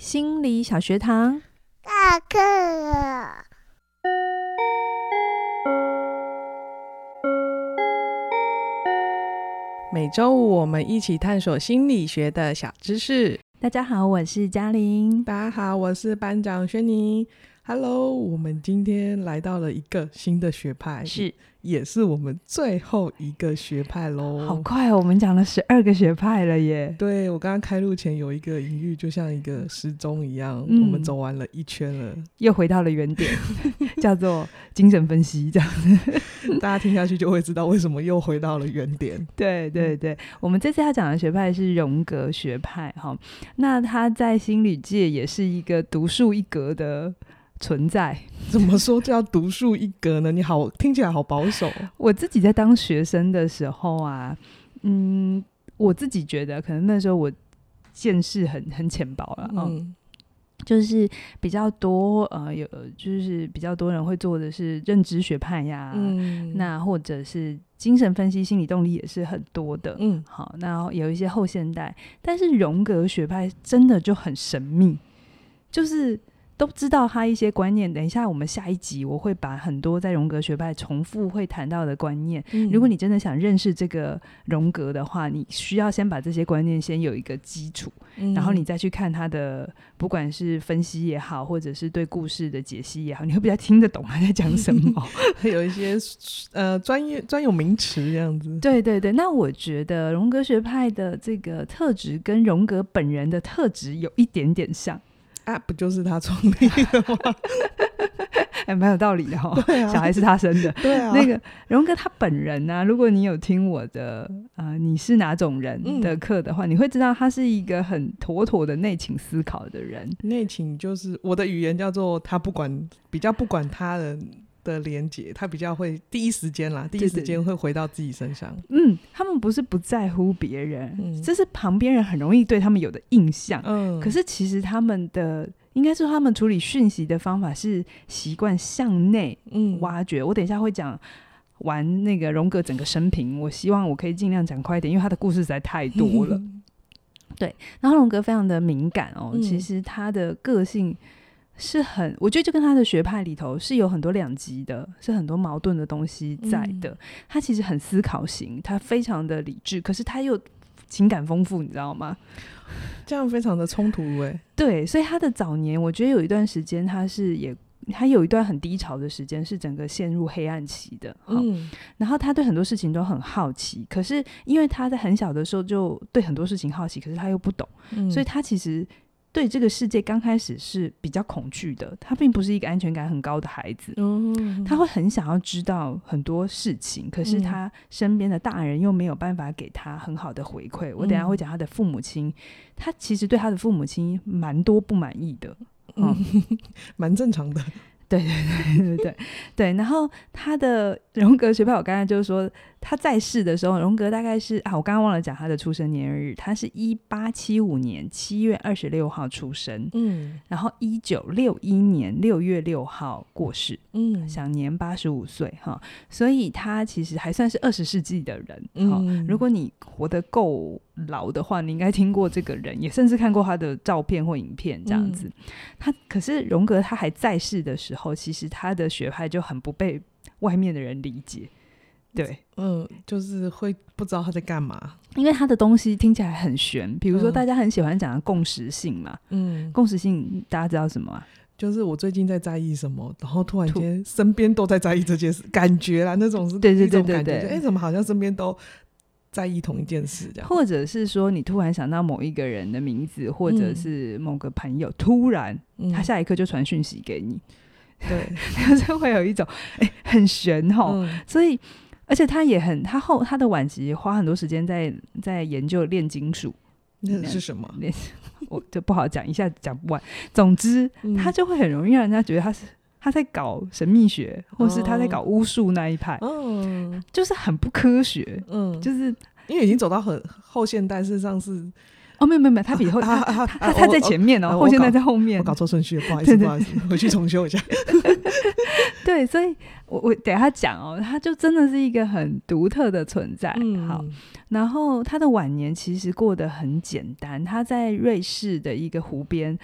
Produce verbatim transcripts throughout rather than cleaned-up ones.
心理小学堂下课了。 每周五我们一起探索心理学的小知识。 大家好，我是嘉玲。 大家好，我是班长轩妮。Hello， 我们今天来到了一个新的学派， 是也是我们最后一个学派咯。 好快哦，我们讲了十二个学派了耶。 对，我刚刚开录前有一个隐喻，就像一个时钟一样、 嗯、 我们走完了一圈了， 又回到了原点叫做精神分析这样子大家听下去就会知道为什么又回到了原点。 对对对、嗯、我们这次要讲的学派是荣格学派。那他在心理界也是一个独树一格的存在。 怎么说叫独树一格呢？你好，听起来好保守。 我自己在当学生的时候啊，嗯，我自己觉得可能那时候我见识很很浅薄了，嗯，嗯就是比较多呃有就是比较多人会做的是认知学派呀，嗯，那或者是精神分析、心理动力也是很多的，嗯，好，那有一些后现代，但是荣格学派真的就很神秘，就是都知道他一些观念。等一下我们下一集我会把很多在荣格学派重复会谈到的观念、嗯、如果你真的想认识这个荣格的话，你需要先把这些观念先有一个基础、嗯、然后你再去看他的不管是分析也好，或者是对故事的解析也好，你会比较听得懂他在讲什么还有一些呃专业专有名词这样子。 对对对，那我觉得荣格学派的这个特质跟荣格本人的特质有一点点像啊，不就是他创立的吗？ 哎，蛮有道理的、哦对啊、 小孩是他生的。 对啊， 那个荣格他本人啊，如果你有听我的呃你是哪种人的课的话、嗯、你会知道他是一个很妥妥的内倾思考的人。 内倾就是我的语言叫做他不管比较不管他人的连结，他比较会第一时间啦第一时间会回到自己身上。 嗯，他们不是不在乎别人、嗯、这是旁边人很容易对他们有的印象、嗯、可是其实他们的应该说他们处理讯息的方法是习惯向内挖掘、嗯、我等一下会讲完那个荣格整个生平，我希望我可以尽量讲快一点，因为他的故事实在太多了对，然后荣格非常的敏感哦、嗯、其实他的个性是很，我觉得就跟他的学派里头是有很多两极的，是很多矛盾的东西在的、嗯、他其实很思考型，他非常的理智，可是他又情感丰富，你知道吗？ 这样非常的冲突耶。 对，所以他的早年我觉得有一段时间他是也他有一段很低潮的时间，是整个陷入黑暗期的、嗯、然后他对很多事情都很好奇，可是因为他在很小的时候就对很多事情好奇，可是他又不懂、嗯、所以他其实对这个世界刚开始是比较恐惧的，他并不是一个安全感很高的孩子、嗯、他会很想要知道很多事情，可是他身边的大人又没有办法给他很好的回馈、嗯、我等一下会讲他的父母亲，他其实对他的父母亲蛮多不满意的，嗯， 蛮正常的。 对对对对对对，然后他的荣格学派，我刚才就是说他在世的时候，荣格大概是啊，我刚刚忘了讲他的出生年月日，他是一八七五年七月二十六号出生，嗯，然后一九六一年六月六号过世，嗯，享年八十五岁哈，所以他其实还算是二十世纪的人，嗯，如果你活得够老的话，你应该听过这个人，也甚至看过他的照片或影片这样子、嗯、他可是荣格他还在世的时候，其实他的学派就很不被外面的人理解。对， 嗯，就是会不知道他在干嘛， 因为他的东西听起来很玄，比如说大家很喜欢讲的共识性嘛，嗯，共识性大家知道什么啊？ 就是我最近在在意什么，然后突然间身边都在在意这件事，感觉啦，那种是对对对对对， 哎、欸，怎么好像身边都在意同一件事这样， 或者是说你突然想到某一个人的名字，或者是某个朋友、嗯、突然他下一刻就传讯息给你、嗯、对就是会有一种、欸、很玄齁、嗯、所以而且他也很他后他的晚期花很多时间在在研究炼金术。 那是什么？ 我就不好讲，一下讲不完。总之、嗯、他就会很容易让人家觉得他是他在搞神秘学，或是他在搞巫术那一派、哦、就是很不科学、嗯、就是因为已经走到很后现代，事实上是哦，没有没有没有，他比后、啊、他、啊、他、啊、他在前面哦，后现代在后面， 我搞错顺序了，不好意思不好意思，回去重修一下对，所以我我等一下讲哦，他就真的是一个很独特的存在、嗯、好，然后他的晚年其实过得很简单，他在瑞士的一个湖边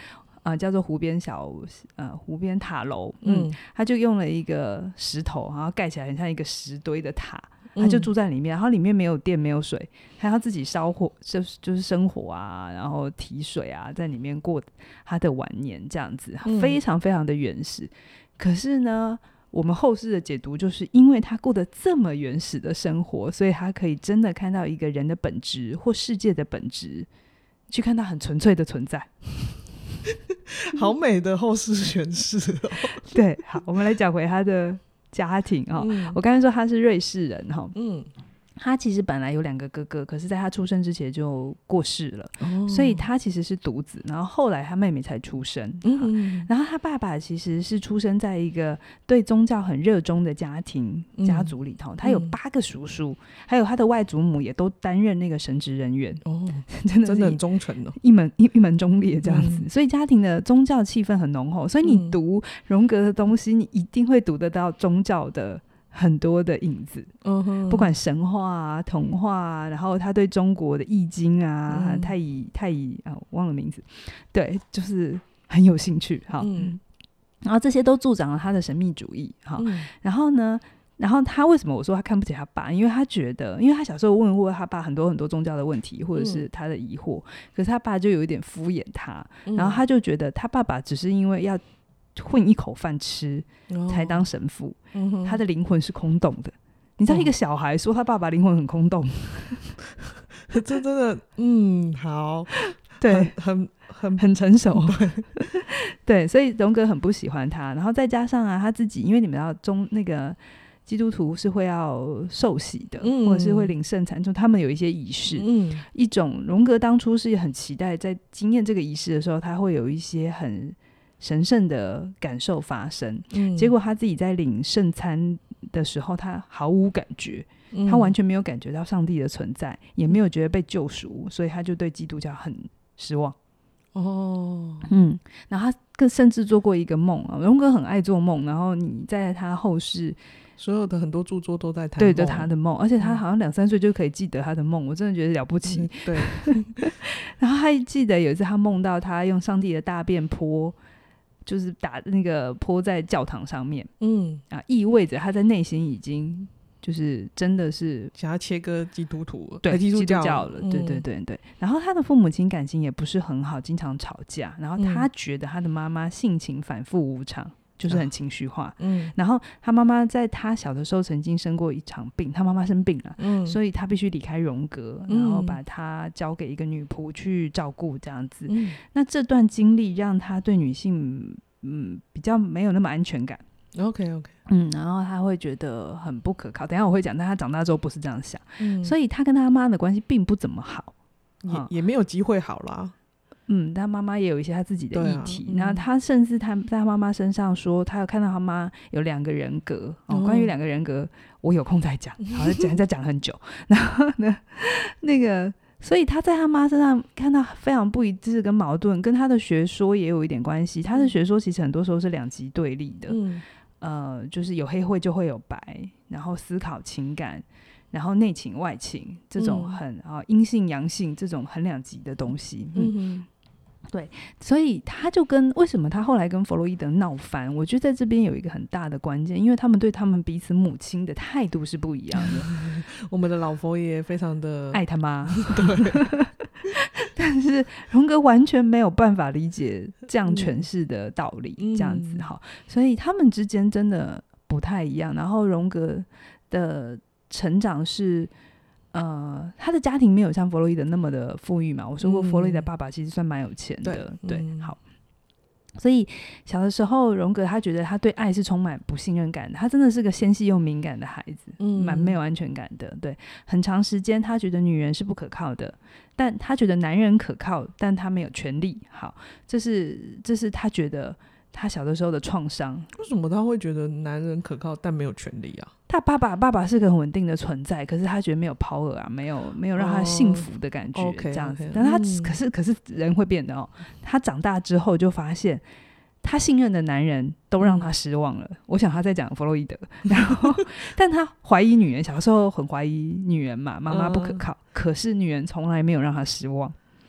呃叫做湖边小呃湖边塔楼，嗯，嗯他就用了一个石头，然后盖起来很像一个石堆的塔，他就住在里面，然后里面没有电没有水，他要自己烧火，就是就是生火啊，然后提水啊，在里面过他的晚年，这样子非常非常的原始。可是呢，我们后世的解读就是因为他过得这么原始的生活，所以他可以真的看到一个人的本质或世界的本质，去看到很纯粹的存在。 好美的后世诠释哦。 对，好，我们来讲回他的家庭、哦嗯、我刚才说他是瑞士人、哦嗯、他其实本来有两个哥哥，可是在他出生之前就过世了、哦、所以他其实是独子，然后后来他妹妹才出生、嗯、然后他爸爸其实是出生在一个对宗教很热衷的家庭、嗯、家族里头，他有八个叔叔、嗯、还有他的外祖母也都担任那个神职人员、哦、真的真的很忠诚哦， 一门 一, 一门忠烈这样子、嗯、所以家庭的宗教气氛很浓厚，所以你读荣格的东西、嗯、你一定会读得到宗教的很多的影子、嗯、不管神话啊童话啊，然后他对中国的易经啊、嗯、太乙太乙啊忘了名字，对，就是很有兴趣。好、嗯，然后这些都助长了他的神秘主义。好、嗯，然后呢然后他为什么我说他看不起他爸，因为他觉得因为他小时候问过他爸很多很多宗教的问题或者是他的疑惑、嗯、可是他爸就有一点敷衍他、嗯、然后他就觉得他爸爸只是因为要混一口饭吃才当神父、哦、他的灵魂是空洞的。你知道一个小孩说他爸爸灵魂很空洞、 哦、这真的嗯好， 对， 很很很成熟，对对，所以荣格很不喜欢他。然后再加上啊他自己，因为你们要中那个基督徒是会要受洗的、嗯、或者是会领圣餐，就他们有一些仪式、嗯、一种荣格当初是很期待在经验这个仪式的时候他会有一些很神圣的感受发生、嗯、结果他自己在领圣餐的时候他毫无感觉、嗯、他完全没有感觉到上帝的存在，也没有觉得被救赎，所以他就对基督教很失望。哦，嗯，然后他更甚至做过一个梦啊，荣格很爱做梦，然后你在他后世所有的很多著作都在谈对着他的梦，而且他好像两三岁就可以记得他的梦，我真的觉得了不起、 嗯、对然后他记得有一次他梦到他用上帝的大便泼，就是打那个泼在教堂上面，嗯啊，意味着他在内心已经就是真的是想要切割基督徒， 对基督教, 教了、嗯、对对对对。然后他的父母亲感情也不是很好，经常吵架，然后他觉得他的妈妈性情反复无常，就是很情绪化、嗯、然后他妈妈在他小的时候曾经生过一场病，他妈妈生病了、嗯、所以他必须离开荣格、嗯、然后把他交给一个女仆去照顾这样子、嗯、那这段经历让他对女性嗯比较没有那么安全感。 OK OK 嗯，然后他会觉得很不可靠，等一下我会讲，但他长大之后不是这样想、嗯、所以他跟他妈的关系并不怎么好， 也,、嗯、也没有机会好啦。 嗯，他妈妈也有一些他自己的议题、啊嗯、然后他甚至他在他妈妈身上说他有看到他妈有两个人格、哦哦、关于两个人格我有空再讲，好像讲再讲很久然后呢那个所以他在他妈身上看到非常不一致跟矛盾，跟他的学说也有一点关系。他的学说其实很多时候是两极对立的、嗯、呃，就是有黑会就会有白，然后思考情感，然后内情外情，这种很、嗯啊、阴性阳性这种很两极的东西。嗯嗯，对，所以他就跟为什么他后来跟弗洛伊德闹翻，我觉得在这边有一个很大的关键，因为他们对他们彼此母亲的态度是不一样的我们的老佛爷非常的爱他妈对但是荣格完全没有办法理解这样诠释的道理、嗯、这样子好，所以他们之间真的不太一样。然后荣格的成长是呃，他的家庭没有像弗洛伊德那么的富裕嘛，我说过弗洛伊德爸爸其实算蛮有钱的、嗯、对, 对、嗯、好，所以小的时候荣格他觉得他对爱是充满不信任感的，他真的是个纤细又敏感的孩子，蛮、嗯、没有安全感的。对，很长时间他觉得女人是不可靠的，但他觉得男人可靠，但他没有权利。好，这是这是他觉得他小的时候的创伤。 为什么他会觉得男人可靠但没有权利啊？ 他爸爸爸爸是个很稳定的存在，可是他觉得没有 power 啊，没有没有让他幸福的感觉、oh, 这样子。Okay, okay, 但他、嗯、可是可是人会变的哦。他长大之后就发现，他信任的男人都让他失望了。嗯、我想他在讲弗洛伊德，然后但他怀疑女人，小时候很怀疑女人嘛，妈妈不可靠、嗯，可是女人从来没有让他失望。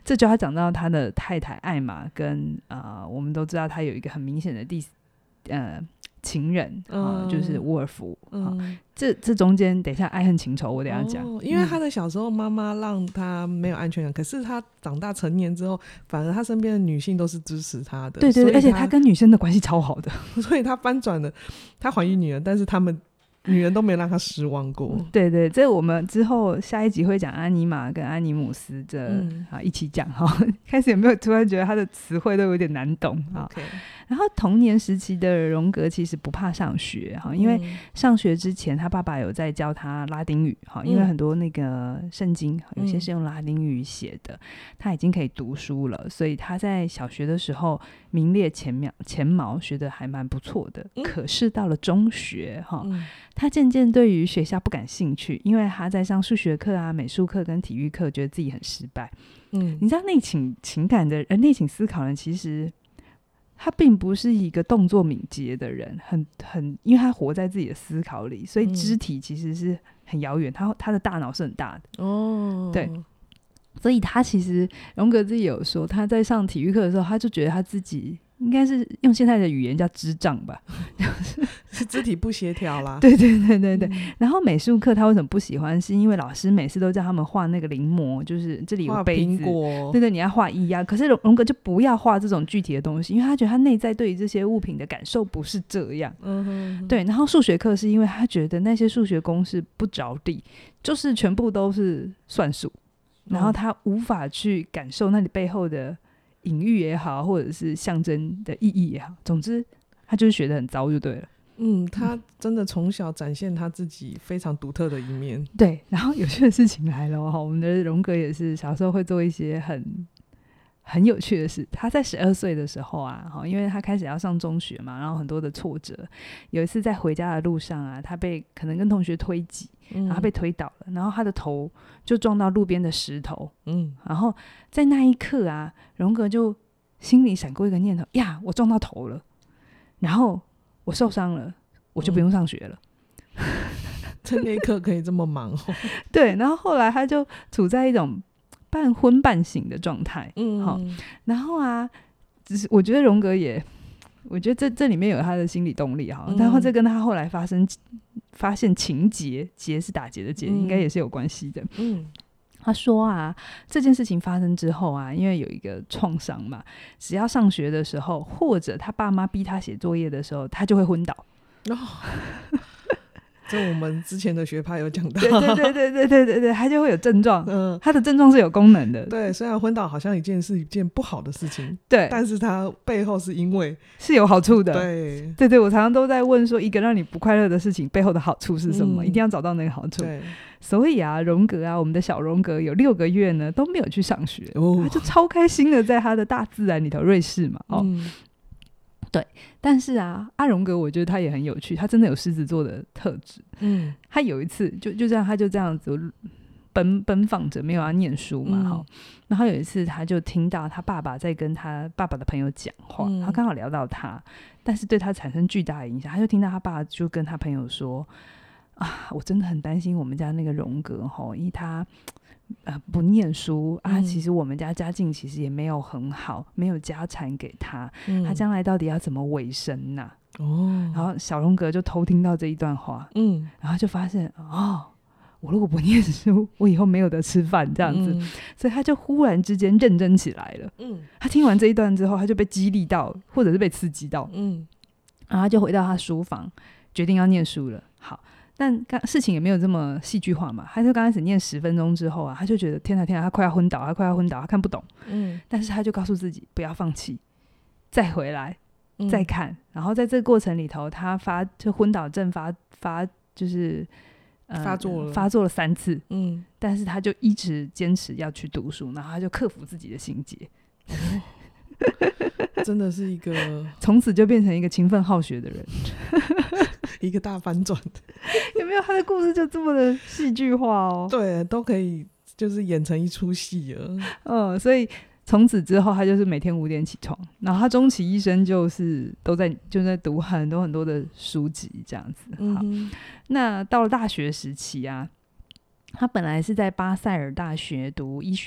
这就要讲到他的太太艾玛跟呃，我们都知道他有一个很明显的第呃情人啊、嗯，就是沃尔夫、嗯啊、这这中间等一下爱恨情仇我等一下讲、哦、 因为他的小时候妈妈让他没有安全感、嗯、可是他长大成年之后反而他身边的女性都是支持他的， 对对对，而且他跟女生的关系超好的， 所以他翻转了，他怀孕女儿，但是他们女人都没有让他失望过。 对对，这我们之后下一集会讲安妮玛跟安妮姆斯这、嗯、啊一起讲哈。开始有没有突然觉得他的词汇都有点难懂啊？ Okay. 然后童年时期的荣格其实不怕上学哈，因为上学之前他爸爸有在教他拉丁语哈，因为很多那个圣经有些是用拉丁语写的，他已经可以读书了，所以他在小学的时候名列前茅，前茅学得还蛮不错的。可是到了中学哈，他渐渐对于学校不感兴趣，因为他在上数学课啊、美术课跟体育课，觉得自己很失败。嗯，你知道内倾情感的人、内倾思考的人，其实他并不是一个动作敏捷的人，很很，因为他活在自己的思考里，所以肢体其实是很遥远。他他的大脑是很大的哦，对。所以他其实荣格自己有说，他在上体育课的时候，他就觉得他自己应该是用现在的语言叫智障吧， 是肢体不协调啦。 对对对对对、嗯。然后美术课他为什么不喜欢？是因为老师每次都叫他们画那个临摹，就是这里有杯子，对对，你要画一啊。可是荣格就不要画这种具体的东西，因为他觉得他内在对于这些物品的感受不是这样。嗯哼哼。对，然后数学课是因为他觉得那些数学公式不着地，就是全部都是算术。然后他无法去感受那里背后的隐喻也好，或者是象征的意义也好，总之他就是学得很糟就对了。 嗯，他真的从小展现他自己非常独特的一面。 对，然后有趣的事情来了，我们的荣格也是小时候会做一些很很有趣的事。他在十二岁的时候啊，因为他开始要上中学嘛，然后很多的挫折。有一次在回家的路上啊，他被可能跟同学推挤，然后他被推倒了，然后他的头就撞到路边的石头。嗯，然后在那一刻啊，荣格就心里闪过一个念头呀，我撞到头了，然后我受伤了，我就不用上学了。嗯、 在那一刻可以这么忙哦。 对，然后后来他就处在一种半昏半醒的状态。嗯，然后啊，只是我觉得荣格也，我觉得这这里面有他的心理动力哈，然后这跟他后来发生发现情结，结是打结的结，嗯、应该也是有关系的。嗯，他说啊，这件事情发生之后啊，因为有一个创伤嘛，只要上学的时候，或者他爸妈逼他写作业的时候，他就会昏倒。哦这我们之前的学派有讲到， 对对对对对对对对，他就会有症状，嗯，他的症状是有功能的， 对，虽然昏倒好像一件是一件不好的事情， 对， 但是他背后是因为是有好处的， 对对对，我常常都在问说，一个让你不快乐的事情背后的好处是什么？嗯、一定要找到那个好处。对，所以啊，荣格啊，我们的小荣格有六个月呢都没有去上学，哦、他就超开心的在他的大自然里头瑞士嘛，哦。嗯，对，但是啊，阿荣格我觉得他也很有趣，他真的有狮子座的特质。嗯，他有一次就就这样，他就这样子奔奔放着，没有要念书嘛，嗯、然后有一次他就听到他爸爸在跟他爸爸的朋友讲话，嗯、他刚好聊到他，但是对他产生巨大的影响。他就听到他爸就跟他朋友说：“啊，我真的很担心我们家那个荣格吼，因为他。”呃，不念书啊、嗯，其实我们家家境其实也没有很好，没有家产给他，嗯、他将来到底要怎么维生啊？哦，然后小荣格就偷听到这一段话，嗯，然后就发现哦，我如果不念书，我以后没有得吃饭这样子，嗯、所以他就忽然之间认真起来了。嗯，他听完这一段之后，他就被激励到，或者是被刺激到，嗯，然后他就回到他书房，决定要念书了。好。但事情也没有这么戏剧化嘛，他就刚开始念十分钟之后啊，他就觉得天哪天哪，他快要昏倒，他快要昏倒，他看不懂。嗯，但是他就告诉自己不要放弃，再回来，再看。嗯、然后在这个过程里头，他发就昏倒症发发就是、 呃、发作了， 发作了三次。嗯，但是他就一直坚持要去读书，然后他就克服自己的心结。 真的是一个从此就变成一个勤奋好学的人。 一个大反转。 有没有他的故事就这么的戏剧化哦？ 对，都可以就是演成一出戏了。 嗯，所以从此之后他就是每天五点起床，然后他终其一生就是都在就在读很多很多的书籍这样子。好，嗯、那到了大学时期啊，他本来是在巴塞尔大学读医学，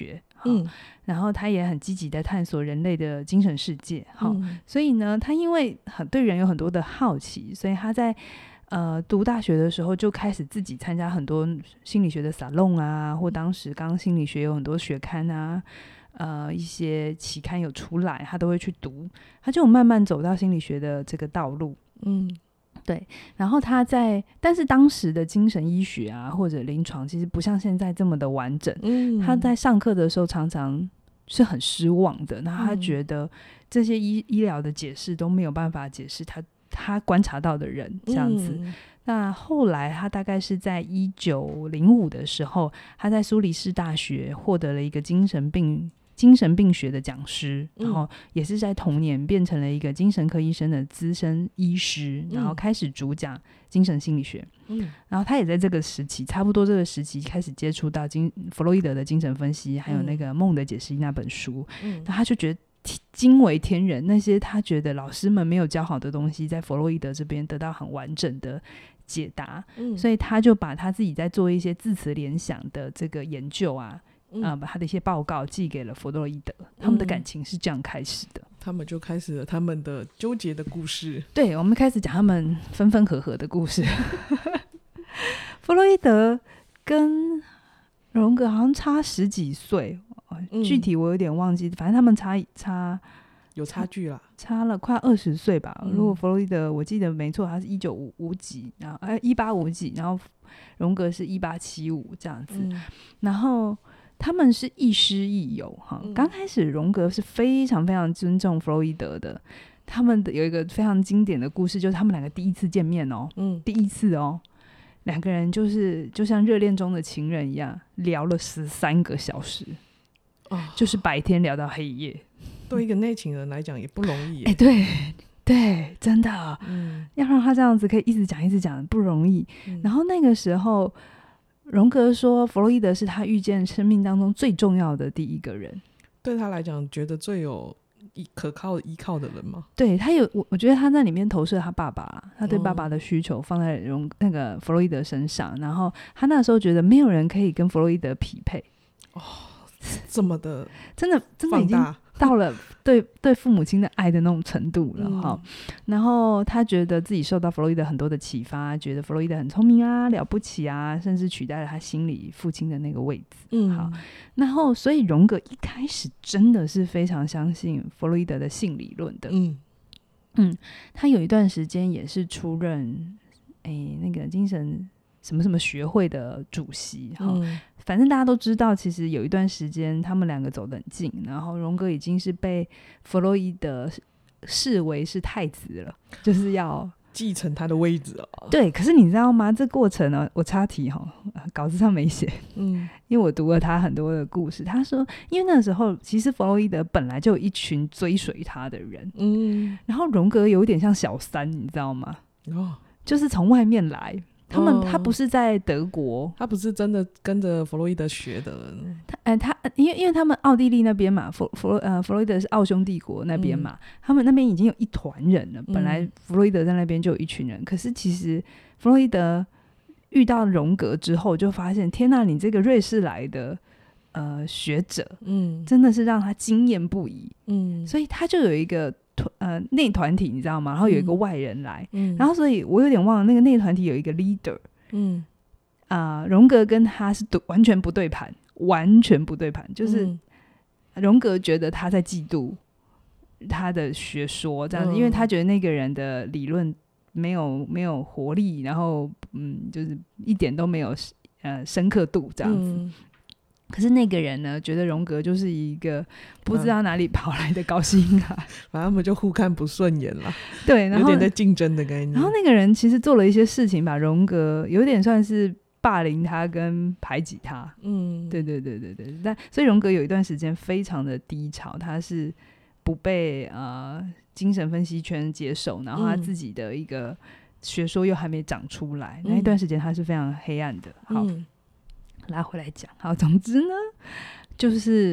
嗯， 然后他也很积极的探索人类的精神世界， 嗯， 所以呢他因为很对人有很多的好奇，所以他在呃读大学的时候就开始自己参加很多心理学的沙龙啊，或当时刚刚心理学有很多学刊啊，呃一些期刊有出来他都会去读，他就慢慢走到心理学的这个道路。嗯，对，然后他在，但是当时的精神医学啊或者临床其实不像现在这么的完整，嗯，他在上课的时候常常是很失望的，然后他觉得这些医医疗的解释都没有办法解释他他观察到的人这样子。嗯，那后来他大概是在一九零五的时候，他在苏黎世大学获得了一个精神病精神病学的讲师，然后也是在同年变成了一个精神科医生的资深医师，然后开始主讲精神心理学。嗯，然后他也在这个时期差不多这个时期开始接触到精弗洛伊德的精神分析，还有那个梦的解释那本书。嗯，那他就觉得惊为天人，那些他觉得老师们没有教好的东西在弗洛伊德这边得到很完整的解答。嗯，所以他就把他自己在做一些字词联想的这个研究啊，嗯呃、把他的一些报告寄给了弗洛伊德，他们的感情是这样开始的。嗯， 他们就开始了他们的纠结的故事。 对，我们开始讲他们分分合合的故事。弗洛伊德跟荣格好像差十几岁，嗯，具体我有点忘记，反正他们差差有差距啦， 差了快二十岁吧。嗯，如果弗洛伊德我记得没错，他是一九五几，然后哎一八五几，然后荣格是一八七五这样子。嗯，然后他们是亦师亦友哈。嗯，刚开始荣格是非常非常尊重弗洛伊德的，他们的有一个非常经典的故事，就是他们两个第一次见面哦，嗯，第一次哦，两个人就是就像热恋中的情人一样，聊了十三个小时，哦，就是白天聊到黑夜。 对一个内情人来讲也不容易耶。 哎，对对，真的，嗯，要让他这样子可以一直讲一直讲不容易。嗯，然后那个时候荣格说弗洛伊德是他遇见生命当中最重要的第一个人， 对他来讲觉得最有可靠依靠的人吗？ 对，他有 我, 我觉得他在里面投射他爸爸，他对爸爸的需求放在荣那个弗洛伊德身上，然后他那时候觉得没有人可以跟弗洛伊德匹配。 哦，这么的真的真的已经到了对对父母亲的爱的那种程度了。嗯，然后他觉得自己受到弗洛伊德很多的启发，觉得弗洛伊德很聪明啊，了不起啊，甚至取代了他心里父亲的那个位置。嗯，好，然后所以荣格一开始真的是非常相信弗洛伊德的性理论的。嗯嗯，他有一段时间也是出任哎那个精神什么什么学会的主席。嗯，反正大家都知道，其实有一段时间他们两个走得很近，然后荣格已经是被弗洛伊德视为是太子了，就是要继承他的位置。哦， 对，可是你知道吗？这过程呢，我插题哈，稿子上没写。嗯，因为我读了他很多的故事，他说，因为那时候其实弗洛伊德本来就有一群追随他的人。嗯，然后荣格有点像小三，你知道吗？哦，就是从外面来。他们、哦、他不是在德国， 他不是真的跟着弗洛伊德学的。 他、呃、他因为因为他们奥地利那边嘛，弗弗呃弗洛伊德是奥匈帝国那边嘛、嗯，他们那边已经有一团人了。本来弗洛伊德在那边就有一群人，嗯、可是其实弗洛伊德遇到荣格之后，就发现天哪，你这个瑞士来的呃学者，嗯，真的是让他惊艳不已。嗯，所以他就有一个。呃，内团体你知道吗？然后有一个外人来，嗯、然后所以我有点忘了那个内团体有一个 leader， 嗯，啊、呃，荣格跟他是完全不对盘，完全不对盘，就是荣格觉得他在嫉妒他的学说这样子、嗯，因为他觉得那个人的理论没有没有活力，然后嗯，就是一点都没有呃深刻度这样子。嗯，可是那个人呢，觉得荣格就是一个不知道哪里跑来的高薪啊， 反正他们就互看不顺眼了。 对，然后有点在竞争的概念。 然后那个人其实做了一些事情，把荣格有点算是霸凌他跟排挤他。嗯，对对对对对。但所以荣格有一段时间非常的低潮，他是不被呃精神分析圈接受，然后他自己的一个学说又还没长出来，嗯、那一段时间他是非常黑暗的。好。嗯，拉回来讲，好，总之呢，就是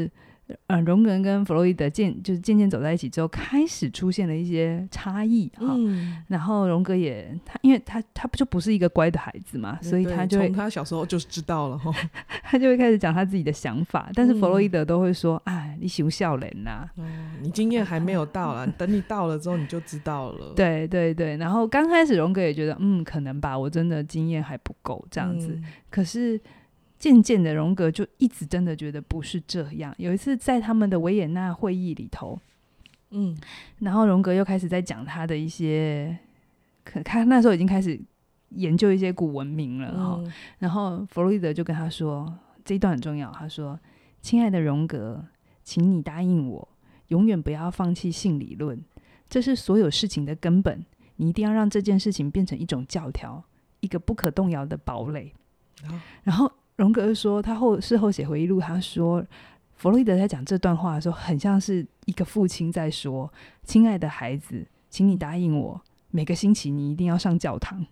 呃，荣格跟弗洛伊德渐就是渐渐走在一起之后，开始出现了一些差异哈、嗯。然后荣格也他，因为他他就不是一个乖的孩子嘛，所以他就会从他小时候就知道了哈， 他就会开始讲他自己的想法。但是弗洛伊德都会说：“哎、嗯，你想少年呐、 哦，你经验还没有到啦，等你到了之后你就知道了。” 对对对。然后刚开始荣格也觉得，嗯，可能吧，我真的经验还不够这样子。嗯、可是。渐渐的荣格就一直真的觉得不是这样。有一次在他们的维也纳会议里头，嗯，然后荣格又开始在讲他的一些，可他那时候已经开始研究一些古文明了、嗯、然后弗洛伊德就跟他说，这一段很重要，他说：“亲爱的荣格，请你答应我，永远不要放弃性理论，这是所有事情的根本，你一定要让这件事情变成一种教条，一个不可动摇的堡垒。哦”然后荣格说，他后事后写回忆录，他说弗洛伊德在讲这段话的时候，很像是一个父亲在说：“亲爱的孩子，请你答应我，每个星期你一定要上教堂。”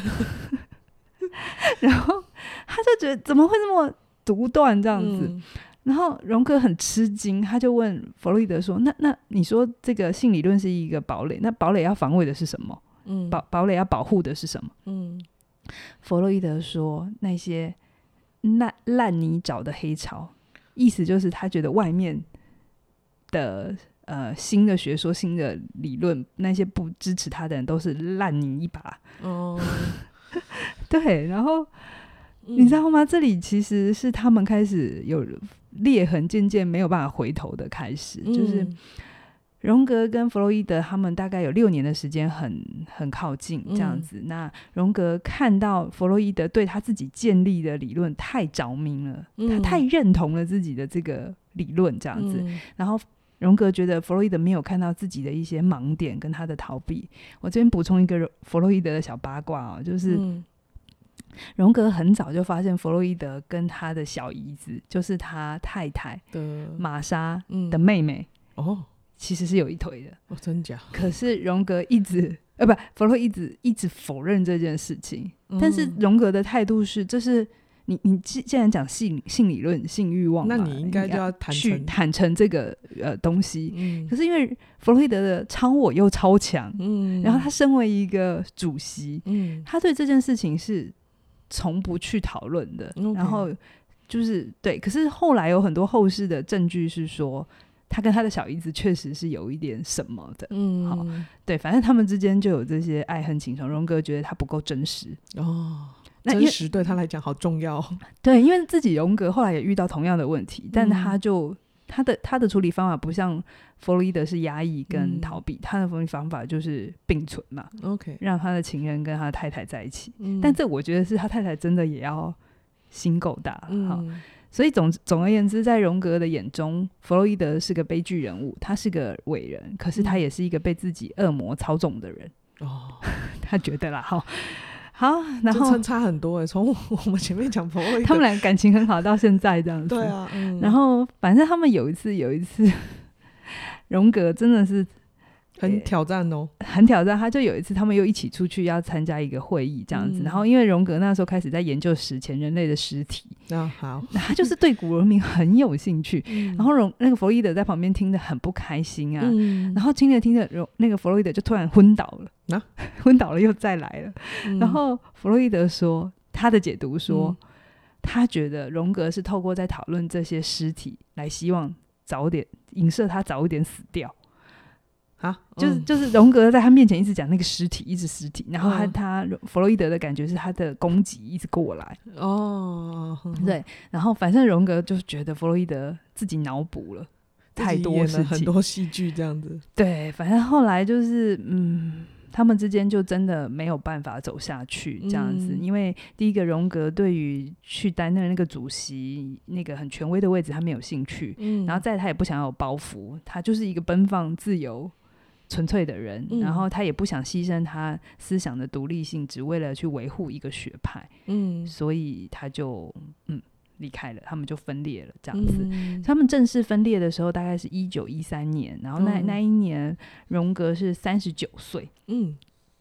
然后他就觉得怎么会这么独断这样子、嗯、然后荣格很吃惊，他就问弗洛伊德说：“那那你说这个性理论是一个堡垒，那堡垒要防卫的是什么？嗯，堡堡垒要保护的是什么？”嗯，弗洛伊德说：“那些烂烂泥沼的黑潮，意思就是他觉得外面的呃新的学说、新的理论，那些不支持他的人都是烂泥一把。”哦，对，然后、嗯、你知道吗？这里其实是他们开始有裂痕，渐渐没有办法回头的开始，嗯、就是荣格跟弗洛伊德他们大概有六年的时间很很靠近这样子、嗯、那荣格看到弗洛伊德对他自己建立的理论太着迷了、嗯、他太认同了自己的这个理论这样子、嗯、然后荣格觉得弗洛伊德没有看到自己的一些盲点跟他的逃避。我这边补充一个弗洛伊德的小八卦哦，就是荣格很早就发现弗洛伊德跟他的小姨子，就是他太太的玛莎的妹妹、嗯、哦其实是有一腿的。 哦，真假？ 可是荣格一直呃不，弗洛伊德一直否认这件事情。嗯、但是荣格的态度是，这是你你既然讲性性理论、性欲望嘛， 那你应该就要坦诚去坦诚这个呃东西。嗯、可是因为弗洛伊德的超我又超强，嗯，然后他身为一个主席，嗯，他对这件事情是从不去讨论的。嗯、然后就是对，可是后来有很多后世的证据是说，他跟他的小姨子确实是有一点什么的，嗯，好，对，反正他们之间就有这些爱恨情仇。荣格觉得他不够真实哦， 真实对他来讲好重要。 对，因为自己荣格后来也遇到同样的问题，但他就他的他的处理方法不像弗洛伊德是压抑跟逃避，嗯、他的处理方法就是并存嘛 ，OK， 让他的情人跟他的太太在一起。嗯、但这我觉得是他太太真的也要心够大，嗯、好。所以 总, 总而言之，在荣格的眼中，弗洛伊德是个悲剧人物，他是个伟人，可是他也是一个被自己恶魔操纵的人。哦，他觉得啦，好，好，然后这差很多哎，从我们前面讲弗洛伊德， 他们俩感情很好到现在这样子。 对啊，嗯、 然后反正他们有一次，有一次，荣格真的是。 很挑战哦， 很挑战。他就有一次，他们又一起出去要参加一个会议，这样子。嗯、然后因为荣格那时候开始在研究史前人类的尸体， 哦、好， 他就是对古文明很有兴趣。嗯、然后荣那个弗洛伊德在旁边听得很不开心啊，嗯、然后听着听着，那个弗洛伊德就突然昏倒了，啊、昏倒了又再来了。嗯、然后弗洛伊德说，他的解读说，嗯、他觉得荣格是透过在讨论这些尸体来希望早点影射他早一点死掉。啊，就是就是荣格在他面前一直讲那个尸体，一直尸体，然后他、嗯、他弗洛伊德的感觉是他的攻击一直过来哦，对，然后反正荣格就觉得弗洛伊德自己脑补了太多事情， 演了很多戏剧这样子， 对，反正后来就是嗯，他们之间就真的没有办法走下去这样子，嗯、因为第一个荣格对于去担任那个主席那个很权威的位置他没有兴趣，嗯、然后再他也不想要有包袱，他就是一个奔放自由纯粹的人，嗯、然后他也不想牺牲他思想的独立性，只为了去维护一个学派，嗯、所以他就嗯离开了，他们就分裂了这样子。嗯、他们正式分裂的时候大概是一九一三年，然后那、嗯、那一年荣格是三十九岁，嗯，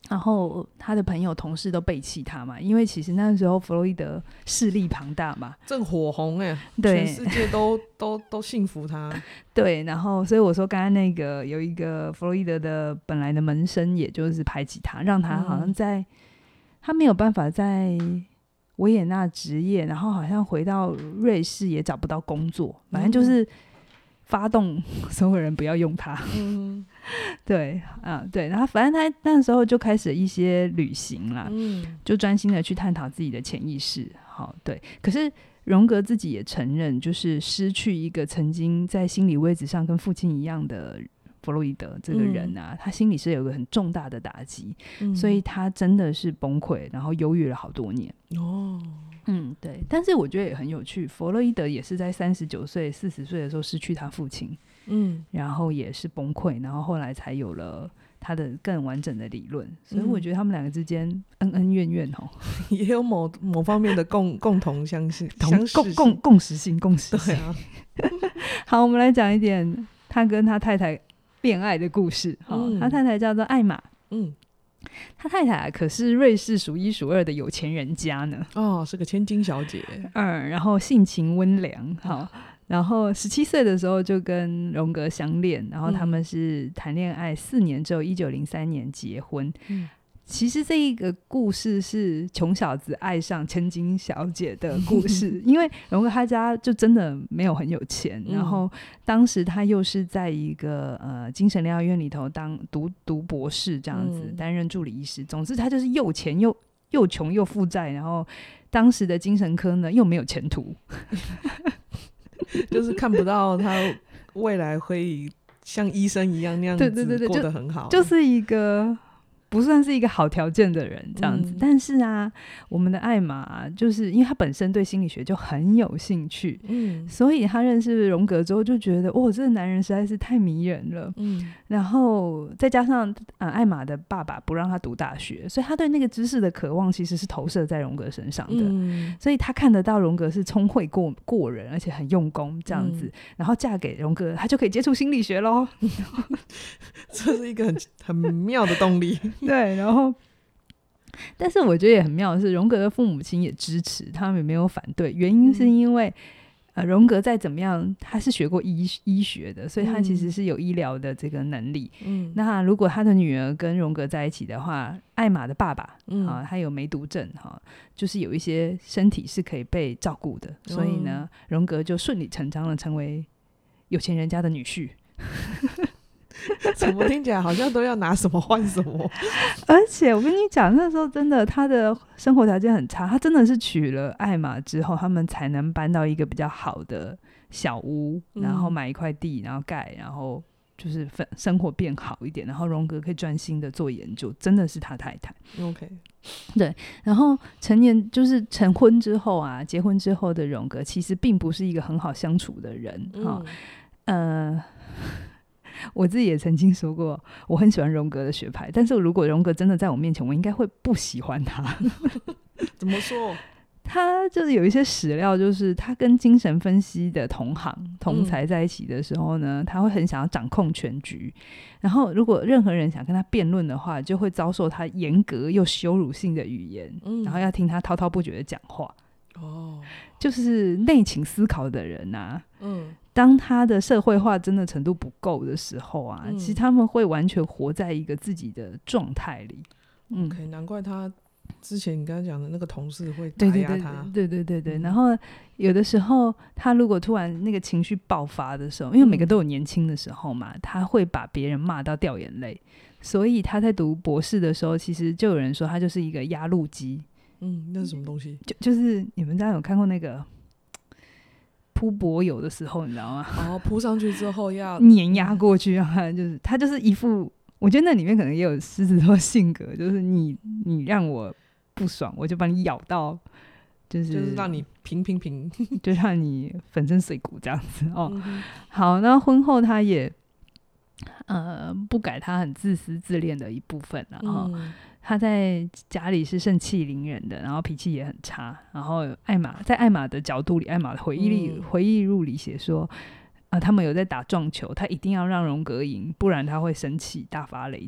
然后他的朋友同事都背弃他嘛，因为其实那时候弗洛伊德势力庞大嘛， 正火红哎， 对， 全世界都都都信服他。 对，然后所以我说刚才那个有一个弗洛伊德的本来的门生，也就是排挤他，让他好像在、嗯、他没有办法在维也纳职业，然后好像回到瑞士也找不到工作，反正就是发动所有人不要用他。嗯对啊，对，然后反正他那时候就开始一些旅行啦，嗯、就专心的去探讨自己的潜意识。好，对，可是荣格自己也承认，就是失去一个曾经在心理位置上跟父亲一样的弗洛伊德这个人啊，嗯、他心里是有个很重大的打击，嗯、所以他真的是崩溃，然后忧郁了好多年。哦。嗯，对，但是我觉得也很有趣，弗洛伊德也是在三十九岁、四十岁的时候失去他父亲，嗯，然后也是崩溃，然后后来才有了他的更完整的理论，所以我觉得他们两个之间恩恩怨怨哦， 也有某某方面的共共同相似、 同共共共识性、共识性。啊、好，我们来讲一点他跟他太太恋爱的故事。嗯、他太太叫做艾玛，嗯。他太太可是瑞士数一数二的有钱人家呢， 哦，是个千金小姐。 嗯，然后性情温良，好，然后十七岁的时候就跟荣格相恋，然后他们是谈恋爱四年之后，一九零三年结婚。嗯，其实这一个故事是穷小子爱上千金小姐的故事，因为荣格他家就真的没有很有钱，嗯、然后当时他又是在一个呃精神疗养院里头当读读博士这样子，嗯、担任助理医师。总之他就是又钱又又穷又负债，然后当时的精神科呢又没有前途， 就是看不到他未来会像医生一样那样子过得很好， 就, 就是一个。不算是一个好条件的人这样子，嗯、但是啊，我们的艾玛、啊、就是因为他本身对心理学就很有兴趣，嗯，所以他认识荣格之后就觉得，哦，这个男人实在是太迷人了，嗯，然后再加上、呃、艾玛的爸爸不让他读大学，所以他对那个知识的渴望其实是投射在荣格身上的，嗯、所以他看得到荣格是聪慧过过人，而且很用功这样子，嗯、然后嫁给荣格，他就可以接触心理学咯。 这是一个 很, 很妙的动力。 对，然后但是我觉得也很妙的是，荣格的父母亲也支持，他们也没有反对，原因是因为、嗯呃、荣格再怎么样他是学过 医, 医学的，所以他其实是有医疗的这个能力，嗯、那如果他的女儿跟荣格在一起的话，艾玛的爸爸、嗯啊、他有梅毒症、啊、就是有一些身体是可以被照顾的，所以呢、嗯、荣格就顺理成章的成为有钱人家的女婿。 怎么听起来好像都要拿什么换什么？ 而且我跟你讲，那时候真的他的生活条件很差，他真的是娶了艾玛之后，他们才能搬到一个比较好的小屋，然后买一块地，然后盖，然后就是生活变好一点，然后荣格可以专心的做研究，真的是他太太。 OK， 对，然后成年就是成婚之后啊，结婚之后的荣格其实并不是一个很好相处的人，嗯，呃。我自己也曾经说过我很喜欢荣格的学派，但是如果荣格真的在我面前，我应该会不喜欢他。 怎么说？ 他就是有一些史料，就是他跟精神分析的同行同才在一起的时候呢、嗯、他会很想要掌控全局，然后如果任何人想跟他辩论的话，就会遭受他严格又羞辱性的语言、嗯、然后要听他滔滔不绝的讲话。哦，就是内倾思考的人啊，嗯，当他的社会化真的程度不够的时候啊、嗯、其实他们会完全活在一个自己的状态里。 嗯 OK， 难怪他之前你刚才讲的那个同事会打压他。 对对对对对对、嗯、然后有的时候他如果突然那个情绪爆发的时候，因为每个都有年轻的时候嘛、嗯、他会把别人骂到掉眼泪，所以他在读博士的时候，其实就有人说他就是一个压路机。 嗯，那是什么东西？ 就就是你们大家有看过那个铺柏油的时候，你知道吗？ 哦，铺上去之后要碾压过去，就是他就是一副，我觉得那里面可能也有狮子座性格，就是你你让我不爽，我就把你咬到，就是就是让你平平平， 就让你粉身碎骨这样子哦。嗯、好，那婚后他也呃不改他很自私自恋的一部分了哈。嗯，他在家里是盛气凌人的，然后脾气也很差。然后艾玛在艾玛的角度里，艾玛的回忆里、嗯、回忆录里写说、呃，他们有在打撞球，他一定要让荣格赢，不然他会生气大发雷霆。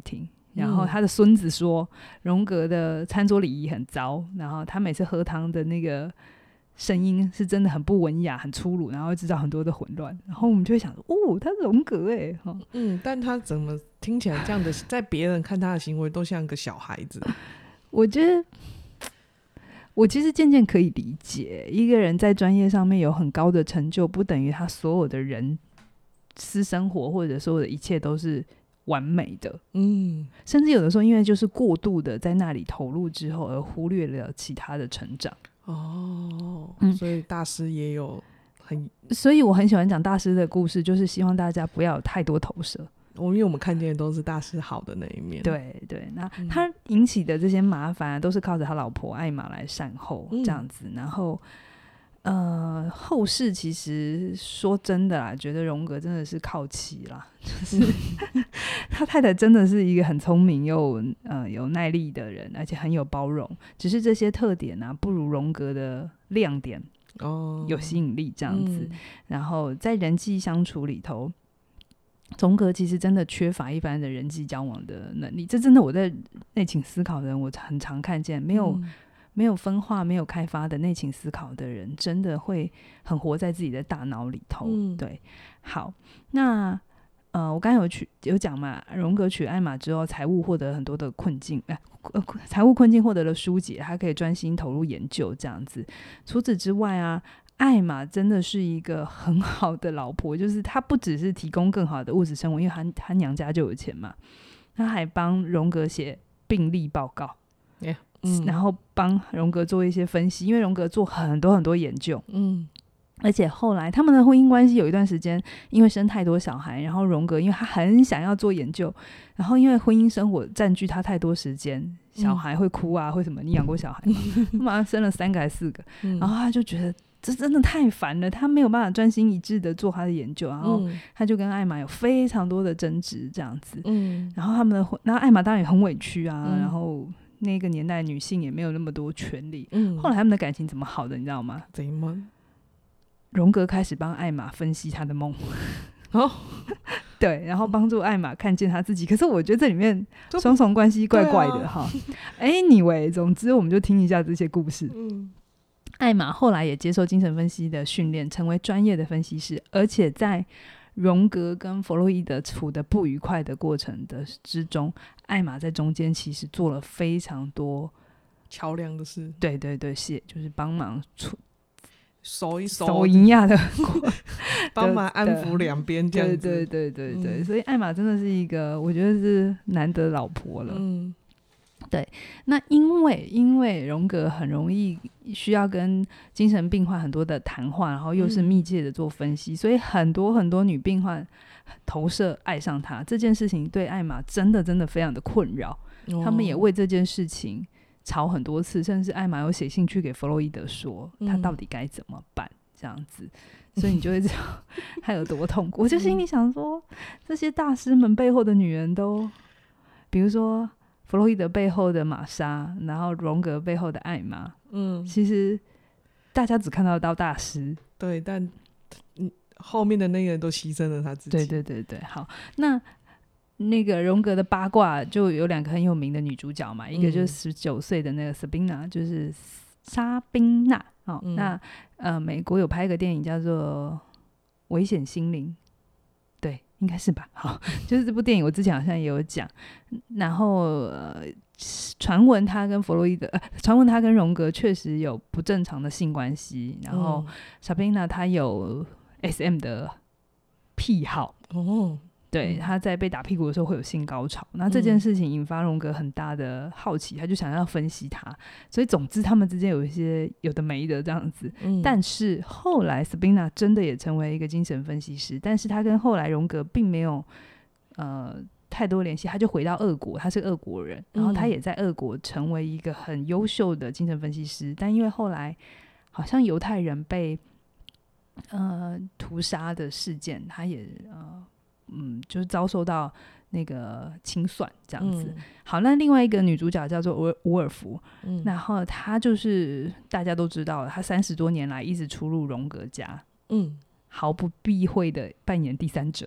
然后他的孙子说荣格的餐桌礼仪很糟，然后他每次喝汤的那个声音是真的很不文雅很粗鲁，然后会制造很多的混乱，然后我们就会想说哦他是荣格耶、哦、 嗯，但他怎么听起来这样的在别人看他的行为都像个小孩子。 我觉得我其实渐渐可以理解，一个人在专业上面有很高的成就，不等于他所有的人私生活或者所有的一切都是完美的。嗯，甚至有的时候因为就是过度的在那里投入之后，而忽略了其他的成长。 哦、嗯，所以大师也有很， 所以我很喜欢讲大师的故事，就是希望大家不要有太多投射。 我因为我们看见的都是大师好的那一面。 对对，那他引起的这些麻烦、啊、都是靠着他老婆艾玛来善后这样子、嗯、然后呃，后世其实说真的啦，觉得荣格真的是靠妻啦，就是他太太真的是一个很聪明又呃有耐力的人，而且很有包容，只是这些特点啊不如荣格的亮点哦有吸引力这样子、嗯、然后在人际相处里头，荣格其实真的缺乏一般的人际交往的能力，这真的我在内倾思考的人我很常看见，没有、嗯没有分化没有开发的内倾思考的人真的会很活在自己的大脑里头、嗯、对。好，那呃，我刚才有取有讲嘛，荣格娶艾玛之后财务获得很多的困境、呃呃、财务困境获得了疏解，他可以专心投入研究这样子。除此之外啊，艾玛真的是一个很好的老婆，就是她不只是提供更好的物质生活，因为她她娘家就有钱嘛，她还帮荣格写病历报告、yeah.嗯、然后帮荣格做一些分析，因为荣格做很多很多研究、嗯、而且后来他们的婚姻关系有一段时间因为生太多小孩，然后荣格因为他很想要做研究，然后因为婚姻生活占据他太多时间，小孩会哭啊、嗯、会什么，你养过小孩吗？他马上生了三个还是四个、嗯、然后他就觉得这真的太烦了，他没有办法专心一致的做他的研究，然后他就跟艾玛有非常多的争执这样子、嗯、然后他们的然后艾玛当然也很委屈啊、嗯、然后那个年代女性也没有那么多权利、嗯、后来他们的感情怎么好的你知道吗？ 怎么荣格开始帮艾玛分析她的梦哦，对，然后帮助艾玛看见她自己，可是我觉得这里面双重关系怪怪的哈。Anyway， 总之我们就听一下这些故事。嗯，艾玛后来也接受精神分析的训练，成为专业的分析师，而且在荣格跟弗洛伊德处的不愉快的过程的之中，艾玛在中间其实做了非常多桥梁的事。对对对，是就是帮忙出手一手手一样的帮忙安抚两边这样子。 对对对对对、嗯、所以艾玛真的是一个我觉得是难得老婆了。嗯，对。那因为因为荣格很容易需要跟精神病患很多的谈话，然后又是密切的做分析、嗯、所以很多很多女病患投射爱上他这件事情对艾玛真的真的非常的困扰、哦、他们也为这件事情吵很多次，甚至艾玛有写信去给弗洛伊德说、嗯、他到底该怎么办这样子，所以你就会知道他有多痛苦。我就心里想说这些大师们背后的女人都，比如说弗洛伊德背后的玛莎，然后荣格背后的艾玛，嗯，其实大家只看到到大师， 对，但后面的那个人都牺牲了他自己。 对对对对，好，那那个荣格的八卦就有两个很有名的女主角嘛，一个就是十九岁的那个 Sabina， 就是莎宾娜、哦嗯、那呃，美国有拍一个电影叫做《危险心灵》，对，应该是吧。好，就是这部电影我之前好像也有讲，然后呃，传闻他跟弗洛伊德，呃，传闻他跟荣格确实有不正常的性关系，然后莎宾娜她有 S M 的癖好哦。对，他在被打屁股的时候会有性高潮，那这件事情引发荣格很大的好奇，他就想要分析他，所以总之他们之间有一些有的没的这样子、嗯、但是后来 Sabina 真的也成为一个精神分析师，但是他跟后来荣格并没有呃太多联系，他就回到俄国，他是俄国人，然后他也在俄国成为一个很优秀的精神分析师、嗯、但因为后来好像犹太人被呃屠杀的事件，他也呃嗯，就是遭受到那个清算这样子、嗯、好，那另外一个女主角叫做伍尔夫、嗯、然后她就是大家都知道她三十多年来一直出入荣格家，嗯，毫不避讳的扮演第三者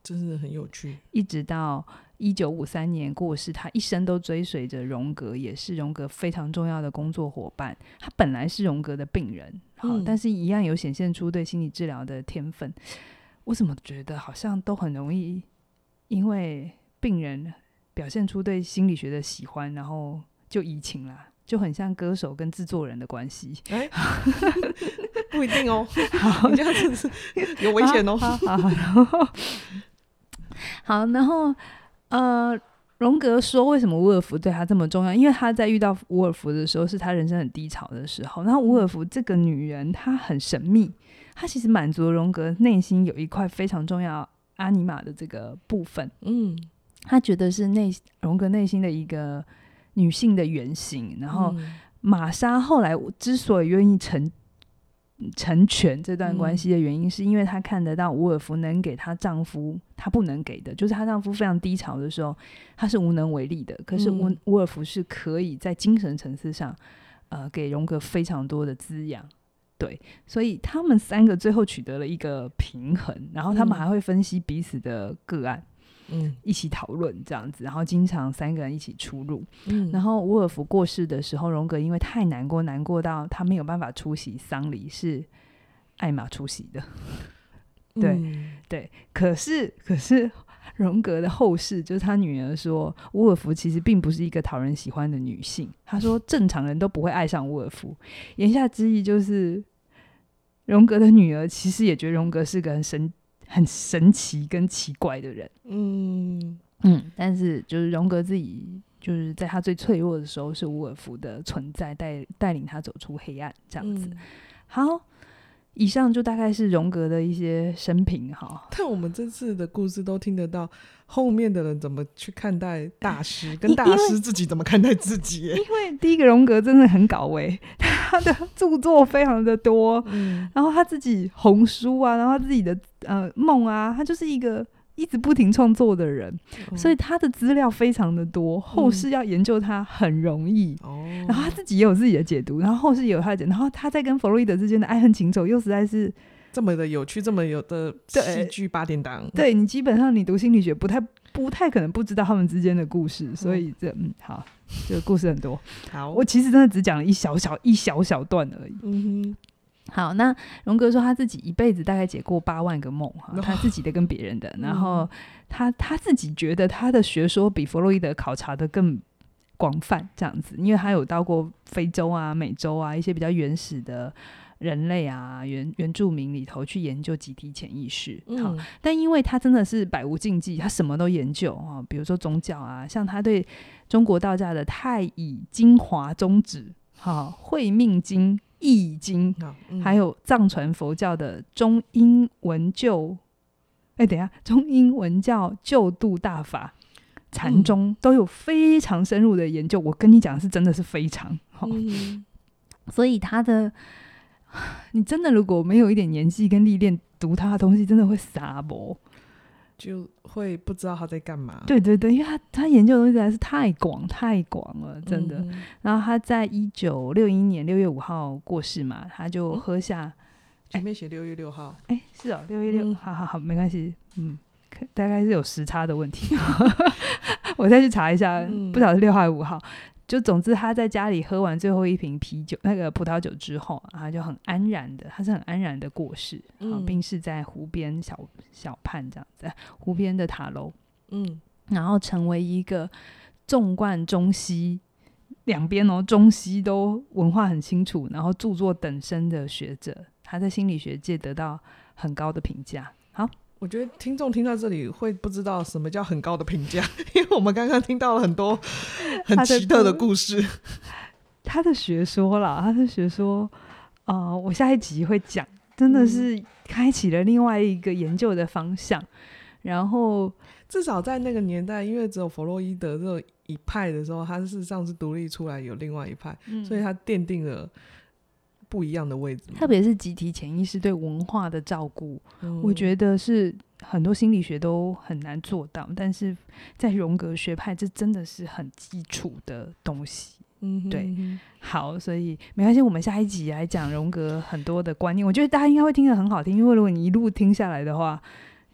真是很有趣。 一直到一九五三年过世，他一生都追随着荣格，也是荣格非常重要的工作伙伴。他本来是荣格的病人，好、嗯，但是一样有显现出对心理治疗的天分。我怎么觉得好像都很容易因为病人表现出对心理学的喜欢，然后就移情啦，就很像歌手跟制作人的关系。哎， 不一定哦，你这样子是有危险哦。 好好好，然后好，然后呃，荣格说为什么伍尔夫对他这么重要？因为他在遇到伍尔夫的时候是他人生很低潮的时候，然后伍尔夫这个女人她很神秘，她其实满足了荣格内心有一块非常重要阿尼玛的这个部分。嗯，他觉得是内荣格内心的一个女性的原型。然后玛莎后来之所以愿意成成全这段关系的原因，是因为她看得到伍尔夫能给她丈夫她不能给的，就是她丈夫非常低潮的时候她是无能为力的，可是伍、嗯、伍尔夫是可以在精神层次上呃，给荣格非常多的滋养。对，所以他们三个最后取得了一个平衡，然后他们还会分析彼此的个案，嗯，一起讨论这样子，然后经常三个人一起出入。嗯，然后伍尔夫过世的时候，荣格因为太难过，难过到他没有办法出席丧礼，是艾玛出席的。对、嗯、对，可是可是荣格的后事就是他女儿说，伍尔夫其实并不是一个讨人喜欢的女性。他说正常人都不会爱上伍尔夫，言下之意就是荣格的女儿其实也觉得荣格是个很神很神奇跟奇怪的人。嗯嗯，但是就是荣格自己就是在他最脆弱的时候，是伍尔夫的存在带带领他走出黑暗这样子。嗯、好，以上就大概是荣格的一些生平哈。 但我们这次的故事都听得到后面的人怎么去看待大师，跟大师自己怎么看待自己耶。 因为第一个荣格真的很搞味，他的著作非常的多、嗯、然后他自己红书啊，然后他自己的呃梦啊，他就是一个一直不停创作的人、嗯、所以他的资料非常的多，后世要研究他很容易、嗯、然后他自己也有自己的解读，然后后世也有他的解读，然后他在跟弗洛伊德之间的爱恨情仇又实在是这么的有趣，这么有的戏剧八点档。 对，你基本上你读心理学不太不太可能不知道他们之间的故事，所以这嗯好，这个故事很多。好，我其实真的只讲了一小小一小小段而已。嗯哼。好，那荣格说他自己一辈子大概解过八万个梦、哦、他自己的跟别人的，然后他他自己觉得他的学说比弗洛伊德考察的更广泛这样子，因为他有到过非洲啊、美洲啊一些比较原始的人类啊 原, 原住民里头去研究集体潜意识、嗯、但因为他真的是百无禁忌，他什么都研究、哦、比如说宗教啊，像他对中国道家的太乙精华宗旨、哦、会命经、易经、嗯、还有藏传佛教的中英文救哎，等一下中英文教救度大法禅宗、嗯、都有非常深入的研究，我跟你讲是真的是非常、哦嗯、所以他的你真的如果没有一点年纪跟历练，读他的东西真的会傻博， 就会不知道他在干嘛。 对对对，因为他他研究的东西实在是太广太广了，真的、嗯、然后他在一九六一年六月五号过世嘛，他就喝下、嗯、 前面写六月六号， 哎，是哦，六月六、嗯、好好好，没关系，嗯，大概是有时差的问题我再去查一下、嗯、不晓得是六号还是五号，就总之他在家里喝完最后一瓶啤酒那个葡萄酒之后，他就很安然的他是很安然的过世、嗯、病逝在湖边小小畔这样子，湖边的塔楼，嗯，然后成为一个纵贯中西两边哦，中西都文化很清楚，然后著作等身的学者，他在心理学界得到很高的评价。好， 我觉得听众听到这里会不知道什么叫很高的评价，因为我们刚刚听到了很多很奇特的故事。 他的学说啦，他的学说、呃、我下一集会讲，真的是开启了另外一个研究的方向、嗯、然后至少在那个年代，因为只有弗洛伊德这一派的时候，他事实上是独立出来有另外一派、嗯、所以他奠定了不一样的位置， 特别是集体潜意识对文化的照顾、嗯、我觉得是很多心理学都很难做到，但是在荣格学派这真的是很基础的东西、嗯、哼哼对，好，所以没关系，我们下一集来讲荣格很多的观念，我觉得大家应该会听得很好听，因为如果你一路听下来的话，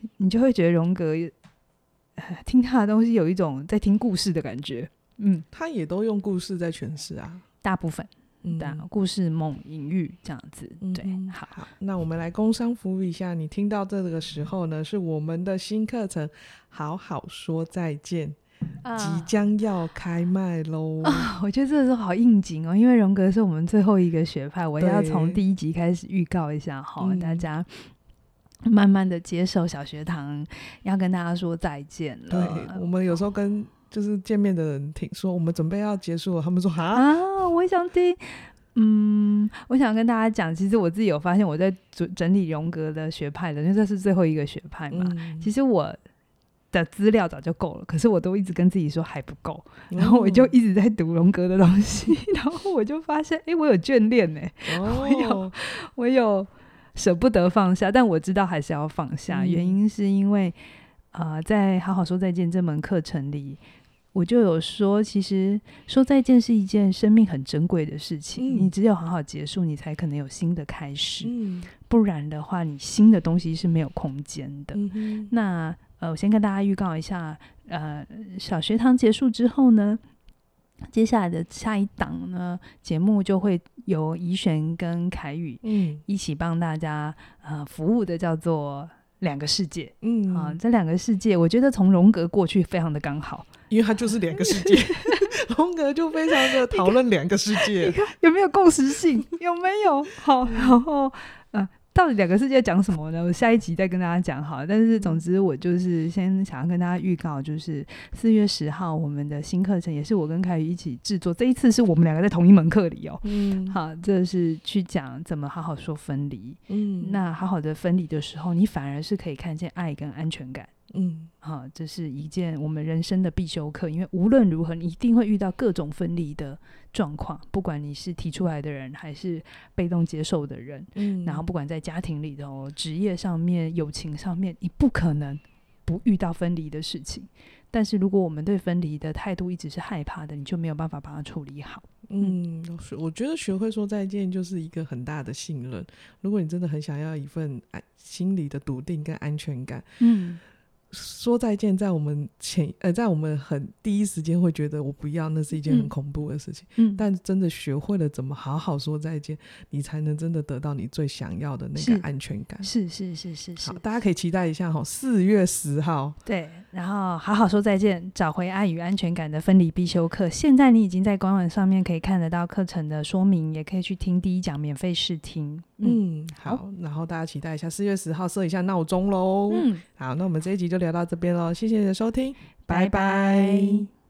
你就会觉得荣格、呃、听他的东西有一种在听故事的感觉。嗯， 他也都用故事在诠释啊， 大部分。 嗯， 故事梦隐喻这样子。对、嗯、好, 好，那我们来工商服务一下，你听到这个时候呢，是我们的新课程好好说再见、啊、即将要开卖咯、 啊、我觉得这个时候好应景哦，因为荣格是我们最后一个学派，我要从第一集开始预告一下好、嗯、大家慢慢的接受小学堂要跟大家说再见了。 对，我们有时候跟就是见面的人听说我们准备要结束了，他们说啊，我也想听。嗯，我想跟大家讲，其实我自己有发现我在整理荣格的学派的，因为这是最后一个学派嘛、嗯、其实我的资料早就够了，可是我都一直跟自己说还不够、嗯、然后我就一直在读荣格的东西然后我就发现哎、欸，我有眷恋耶、哦、我有我有舍不得放下，但我知道还是要放下、嗯、原因是因为呃，在好好说再见这门课程里，我就有说其实说再见是一件生命很珍贵的事情、嗯、你只有好好结束你才可能有新的开始、嗯、不然的话你新的东西是没有空间的、嗯、那呃，我先跟大家预告一下呃，小学堂结束之后呢，接下来的下一档呢节目就会由怡璇跟凯宇一起帮大家、呃、服务的，叫做两个世界。嗯，啊，这两个世界我觉得从荣格过去非常的刚好， 因为它就是两个世界荣格就非常的讨论两个世界， 你看有没有共识性有没有好，然后呃，到底两个世界讲什么呢？我下一集再跟大家讲好了。但是总之我就是先想要跟大家预告，就是四月十号我们的新课程也是我跟凯宇一起制作，这一次是我们两个在同一门课里哦。嗯，好，这是去讲怎么好好说分离。嗯，那好好的分离的时候，你反而是可以看见爱跟安全感。嗯，好，这是一件我们人生的必修课，因为无论如何你一定会遇到各种分离的状况，不管你是提出来的人还是被动接受的人。嗯，然后不管在家庭里头、职业上面、友情上面，你不可能不遇到分离的事情。但是如果我们对分离的态度一直是害怕的，你就没有办法把它处理好。 嗯，我觉得学会说再见就是一个很大的信任。如果你真的很想要一份心理的笃定跟安全感，嗯，说再见在我们前呃，在我们很第一时间会觉得我不要，那是一件很恐怖的事情。嗯，但真的学会了怎么好好说再见，你才能真的得到你最想要的那个安全感。 是是是是是， 好，大家可以期待一下哈，四月十号。 对，然后好好说再见，找回爱与安全感的分离必修课。现在你已经在官网上面可以看得到课程的说明，也可以去听第一讲免费试听。 嗯，好, 好，然后大家期待一下四月十号设一下闹钟咯。嗯，好，那我们这一集就聊到这边咯，谢谢你的收听，拜拜。